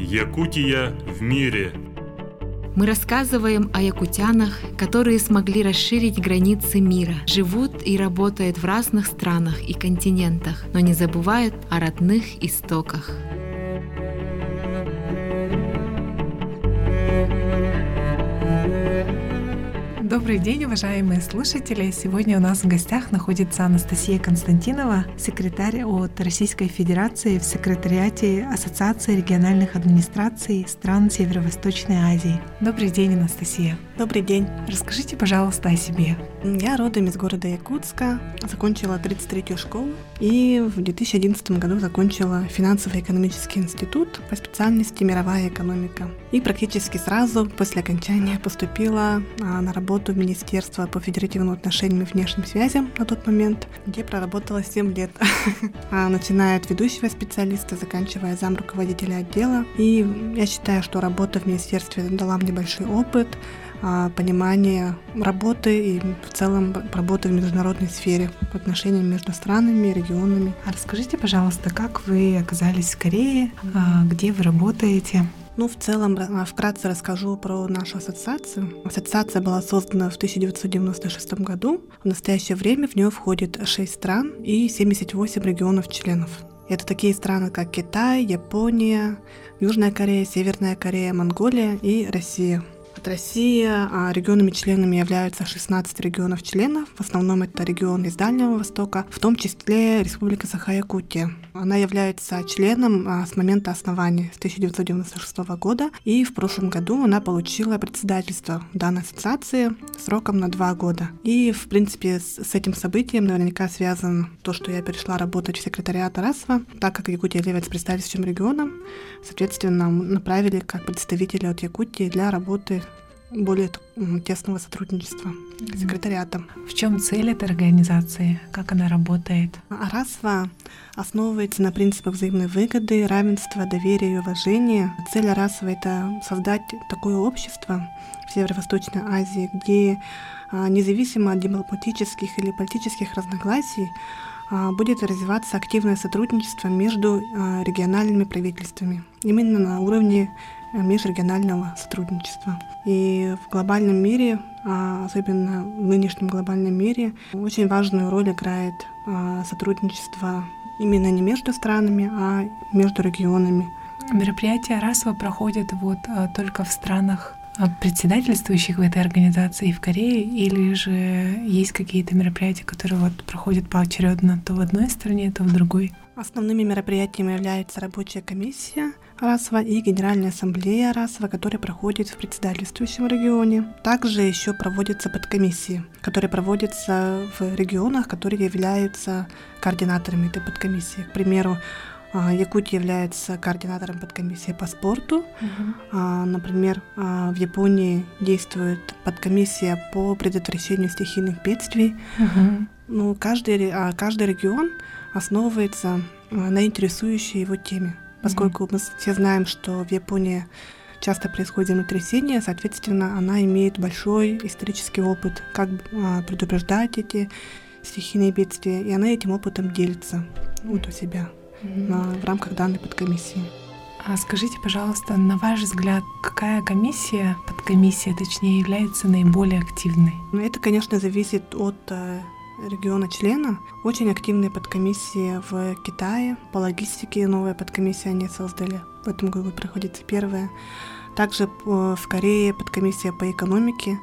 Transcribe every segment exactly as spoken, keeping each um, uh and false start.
Якутия в мире. Мы рассказываем о якутянах, которые смогли расширить границы мира, живут и работают в разных странах и континентах, но не забывают о родных истоках. Добрый день, уважаемые слушатели! Сегодня у нас в гостях находится Анастасия Константинова, секретарь от Российской Федерации в секретариате Ассоциации региональных администраций стран Северо-Восточной Азии. Добрый день, Анастасия! Добрый день! Расскажите, пожалуйста, о себе. Я родом из города Якутска, закончила тридцать третью школу и в две тысячи одиннадцатом году закончила финансово-экономический институт по специальности мировая экономика. И практически сразу после окончания поступила на работу в Министерство по федеративным отношениям и внешним связям на тот момент, где проработала семь лет, начиная от ведущего специалиста, заканчивая зам руководителя отдела. И я считаю, что работа в министерстве дала мне большой опыт, понимание работы и в целом работы в международной сфере, отношения между странами, регионами. А расскажите, пожалуйста, как вы оказались в Корее, где вы работаете? Ну, в целом, вкратце расскажу про нашу ассоциацию. Ассоциация была создана в тысяча девятьсот девяносто шестом году. В настоящее время в нее входит шесть стран и семьдесят восемь регионов-членов. Это такие страны, как Китай, Япония, Южная Корея, Северная Корея, Монголия и Россия. От России регионами-членами являются шестнадцать регионов-членов. В основном это регион из Дальнего Востока, в том числе Республика Саха-Якутия. Она является членом с момента основания, с тысяча девятьсот девяносто шестого года, и в прошлом году она получила председательство данной ассоциации сроком на два года. И, в принципе, с этим событием наверняка связано то, что я перешла работать в секретариат РАСВА, так как Якутия является представительским регионом, соответственно, направили как представителя от Якутии для работы более тесного сотрудничества с секретариатом. В чем цель этой организации? Как она работает? РАСВА основывается на принципах взаимной выгоды, равенства, доверия и уважения. Цель РАСВА — это создать такое общество в Северо-Восточной Азии, где независимо от дипломатических или политических разногласий будет развиваться активное сотрудничество между региональными правительствами, именно на уровне межрегионального сотрудничества. И в глобальном мире, особенно в нынешнем глобальном мире, очень важную роль играет сотрудничество именно не между странами, а между регионами. Мероприятия РАСВА проходят вот только в странах, председательствующих в этой организации в Корее, или же есть какие-то мероприятия, которые вот проходят поочередно то в одной стране, то в другой? Основными мероприятиями является рабочая комиссия РАСВА и Генеральная ассамблея РАСВА, которая проходит в председательствующем регионе. Также еще проводятся подкомиссии, которые проводятся в регионах, которые являются координаторами этой подкомиссии. К примеру, Якутия является координатором подкомиссии по спорту. Uh-huh. Например, в Японии действует подкомиссия по предотвращению стихийных бедствий. Uh-huh. Ну, каждый, каждый регион основывается на интересующей его теме. Поскольку uh-huh. мы все знаем, что в Японии часто происходят землетрясения, соответственно, она имеет большой исторический опыт, как предупреждать эти стихийные бедствия, и она этим опытом делится вот у себя. На, в рамках данной подкомиссии. А скажите, пожалуйста, на ваш взгляд, какая комиссия, подкомиссия, точнее, является наиболее активной? Ну, это, конечно, зависит от э, региона-члена. Очень активные подкомиссии в Китае. По логистике новая подкомиссия они создали. В этом году проходит первая. Также в Корее подкомиссия по экономике.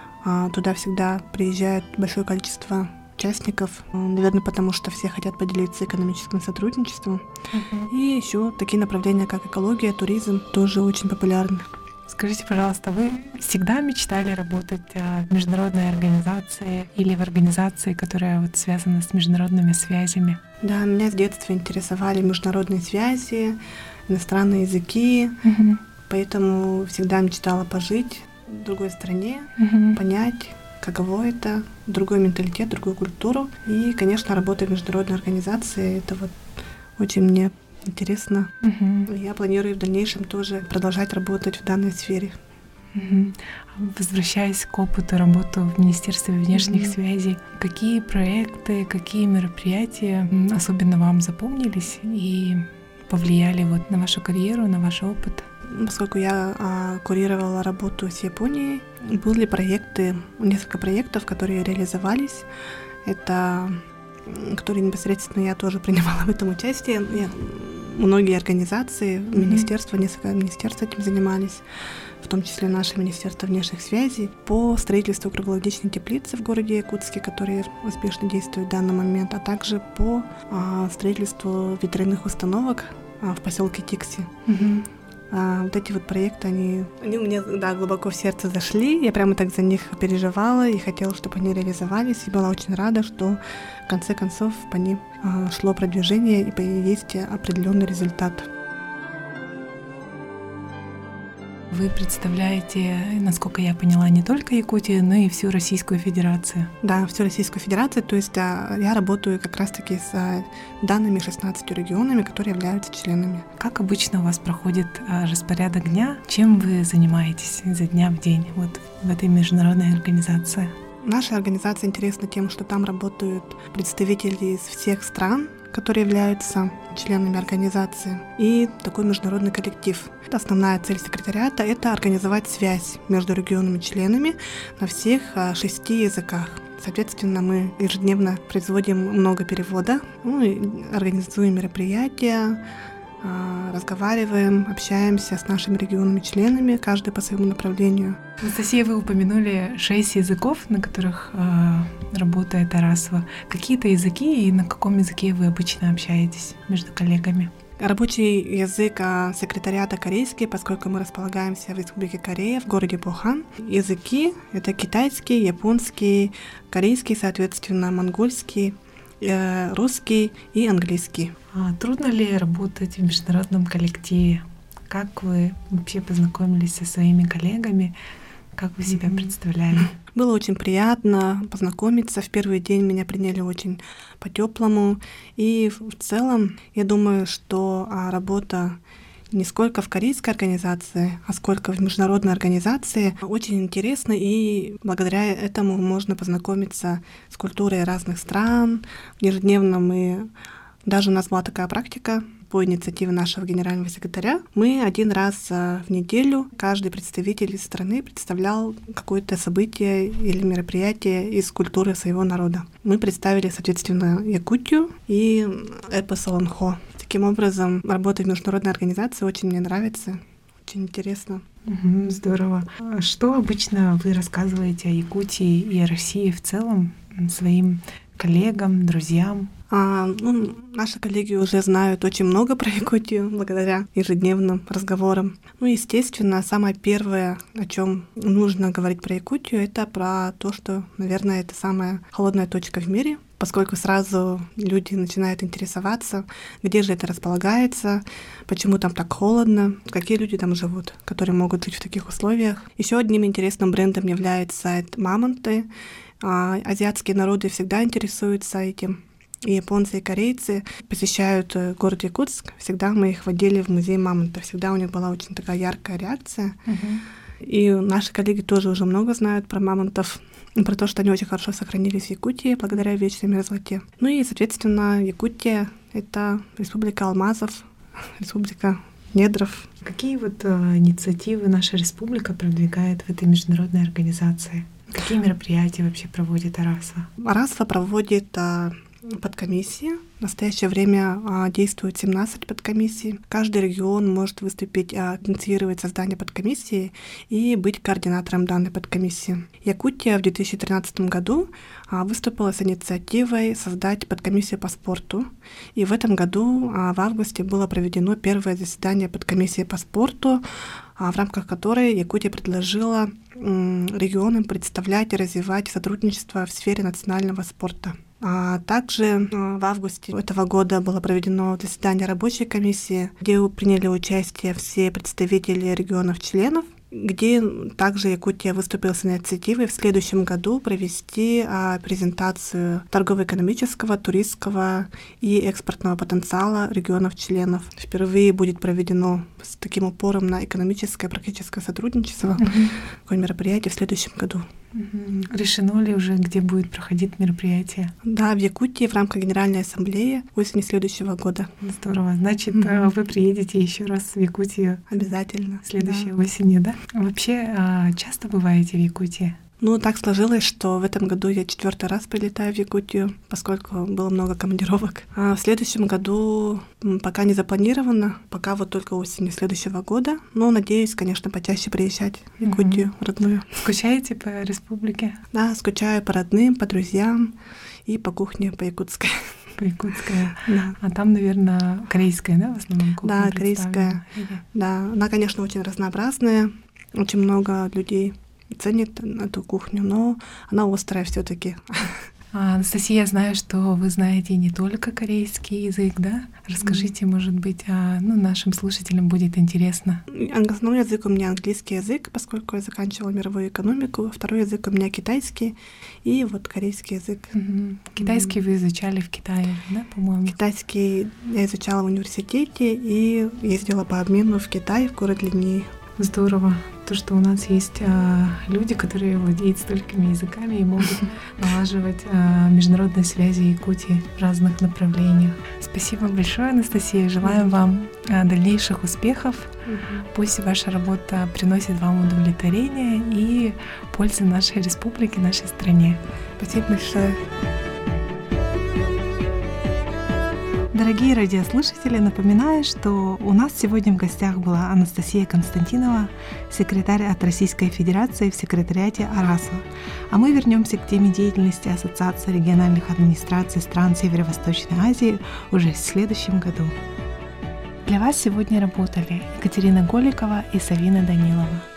Туда всегда приезжает большое количество участников, наверное, потому что все хотят поделиться экономическим сотрудничеством. Uh-huh. И еще такие направления, как экология, туризм, тоже очень популярны. Скажите, пожалуйста, вы всегда мечтали работать в международной организации или в организации, которая вот связана с международными связями? Да, меня с детства интересовали международные связи, иностранные языки, uh-huh. поэтому всегда мечтала пожить в другой стране, uh-huh. понять, каково это, другой менталитет, другую культуру. И, конечно, работа в международной организации — это вот очень мне интересно. Uh-huh. Я планирую в дальнейшем тоже продолжать работать в данной сфере. Uh-huh. Возвращаясь к опыту работы в Министерстве внешних uh-huh. связей, какие проекты, какие мероприятия особенно вам запомнились и повлияли вот на вашу карьеру, на ваш опыт? Поскольку я а, курировала работу с Японией, были проекты, несколько проектов, которые реализовались. Это, которые непосредственно я тоже принимала в этом участие. Я, многие организации, mm-hmm. министерства, несколько министерств этим занимались, в том числе наше Министерство внешних связей, по строительству круглогодичной теплицы в городе Якутске, которые успешно действуют в данный момент, а также по а, строительству ветряных установок а, в поселке Тикси. Mm-hmm. А, вот эти вот проекты, они, они мне да, глубоко в сердце зашли. Я прямо так за них переживала и хотела, чтобы они реализовались. И была очень рада, что в конце концов по ним а, шло продвижение и есть определенный результат. Вы представляете, насколько я поняла, не только Якутию, но и всю Российскую Федерацию. Да, всю Российскую Федерацию. То есть я работаю как раз-таки с данными шестнадцатью регионами, которые являются членами. Как обычно у вас проходит распорядок дня? Чем вы занимаетесь изо дня в день вот в этой международной организации? Наша организация интересна тем, что там работают представители из всех стран, которые являются членами организации, и такой международный коллектив. Основная цель секретариата — это организовать связь между регионами-членами на всех шести языках. Соответственно, мы ежедневно производим много перевода, ну, и организуем мероприятия, разговариваем, общаемся с нашими регионами-членами, каждый по своему направлению. Анастасия, вы упомянули шесть языков, на которых э, работает Арасва. Какие-то языки и на каком языке вы обычно общаетесь между коллегами? Рабочий язык секретариата корейский, поскольку мы располагаемся в Республике Корея, в городе Похан. Языки — это китайский, японский, корейский, соответственно, монгольский, русский и английский. А трудно ли работать в международном коллективе? Как вы вообще познакомились со своими коллегами? Как вы себя mm-hmm. представляли? Было очень приятно познакомиться. В первый день меня приняли очень по-теплому. И в целом, я думаю, что работа не сколько в корейской организации, а сколько в международной организации очень интересно, и благодаря этому можно познакомиться с культурой разных стран. Ежедневно мы... Даже у нас была такая практика по инициативе нашего генерального секретаря. Мы один раз в неделю, каждый представитель из страны представлял какое-то событие или мероприятие из культуры своего народа. Мы представили, соответственно, Якутию и эпос Олонхо. Таким образом, работа в международной организации очень мне нравится, очень интересно. Угу, здорово. Что обычно вы рассказываете о Якутии и о России в целом своим коллегам, друзьям? А, ну, наши коллеги уже знают очень много про Якутию благодаря ежедневным разговорам. Ну, естественно, самое первое, о чем нужно говорить про Якутию, это про то, что, наверное, это самая холодная точка в мире, поскольку сразу люди начинают интересоваться, где же это располагается, почему там так холодно, какие люди там живут, которые могут жить в таких условиях. Еще одним интересным брендом являются мамонты. Азиатские народы всегда интересуются этим. И японцы, и корейцы посещают город Якутск. Всегда мы их водили в музей мамонтов. Всегда у них была очень такая яркая реакция. Uh-huh. И наши коллеги тоже уже много знают про мамонтов, про то, что они очень хорошо сохранились в Якутии благодаря вечной мерзлоте. Ну и, соответственно, Якутия — это республика алмазов, республика недров. Какие вот э, инициативы наша республика продвигает в этой международной организации? Какие мероприятия вообще проводит Арасва? Арасва проводит а, подкомиссии. В настоящее время а, действует семнадцать подкомиссий. Каждый регион может выступить, а, инициировать создание подкомиссии и быть координатором данной подкомиссии. Якутия в две тысячи тринадцатом году а, выступила с инициативой создать подкомиссию по спорту. И в этом году, а, в августе, было проведено первое заседание подкомиссии по спорту, а, в рамках которой Якутия предложила м, регионам представлять и развивать сотрудничество в сфере национального спорта. А также в августе этого года было проведено заседание рабочей комиссии, где приняли участие все представители регионов-членов, где также Якутия выступила с инициативой в следующем году провести а, презентацию торгово-экономического, туристского и экспортного потенциала регионов-членов. Впервые будет проведено с таким упором на экономическое и практическое сотрудничество, mm-hmm. такое мероприятие в следующем году. Угу. Решено ли уже, где будет проходить мероприятие? Да, в Якутии в рамках Генеральной Ассамблеи осенью следующего года. Здорово. Значит, Мгм. вы приедете еще раз в Якутию Обязательно. следующей Да. осенью, да? Вообще, а, часто бываете в Якутии? Ну, так сложилось, что в этом году я четвертый раз прилетаю в Якутию, поскольку было много командировок. А в следующем году м, пока не запланировано, пока вот только осенью следующего года. Но надеюсь, конечно, почаще приезжать в Якутию родную. Скучаете по республике? Да, скучаю по родным, по друзьям и по кухне, по якутской. По якутской. Да. А там, наверное, корейская, да, в основном кухня Да, представлена? корейская. Или- Да, она, конечно, очень разнообразная, очень много людей ценит эту кухню, но она острая все-таки. А, Анастасия, я знаю, что вы знаете не только корейский язык, да? Расскажите, может быть, а, ну, нашим слушателям будет интересно. Основной язык у меня английский язык, поскольку я заканчивала мировую экономику. Второй язык у меня китайский и вот корейский язык. Мгм. Китайский вы изучали в Китае, да, по-моему? Китайский я изучала в университете и ездила по обмену в Китай, в город Линьи. Здорово. То, что у нас есть а, люди, которые владеют столькими языками и могут налаживать а, международные связи Якутии в разных направлениях. Спасибо большое, Анастасия. Желаем вам а, дальнейших успехов. Пусть ваша работа приносит вам удовлетворение и пользу нашей республике, нашей стране. Спасибо большое. Дорогие радиослушатели, напоминаю, что у нас сегодня в гостях была Анастасия Константинова, секретарь от Российской Федерации в секретариате АРАСО. А мы вернемся к теме деятельности Ассоциации региональных администраций стран Северо-Восточной Азии уже в следующем году. Для вас сегодня работали Екатерина Голикова и Савина Данилова.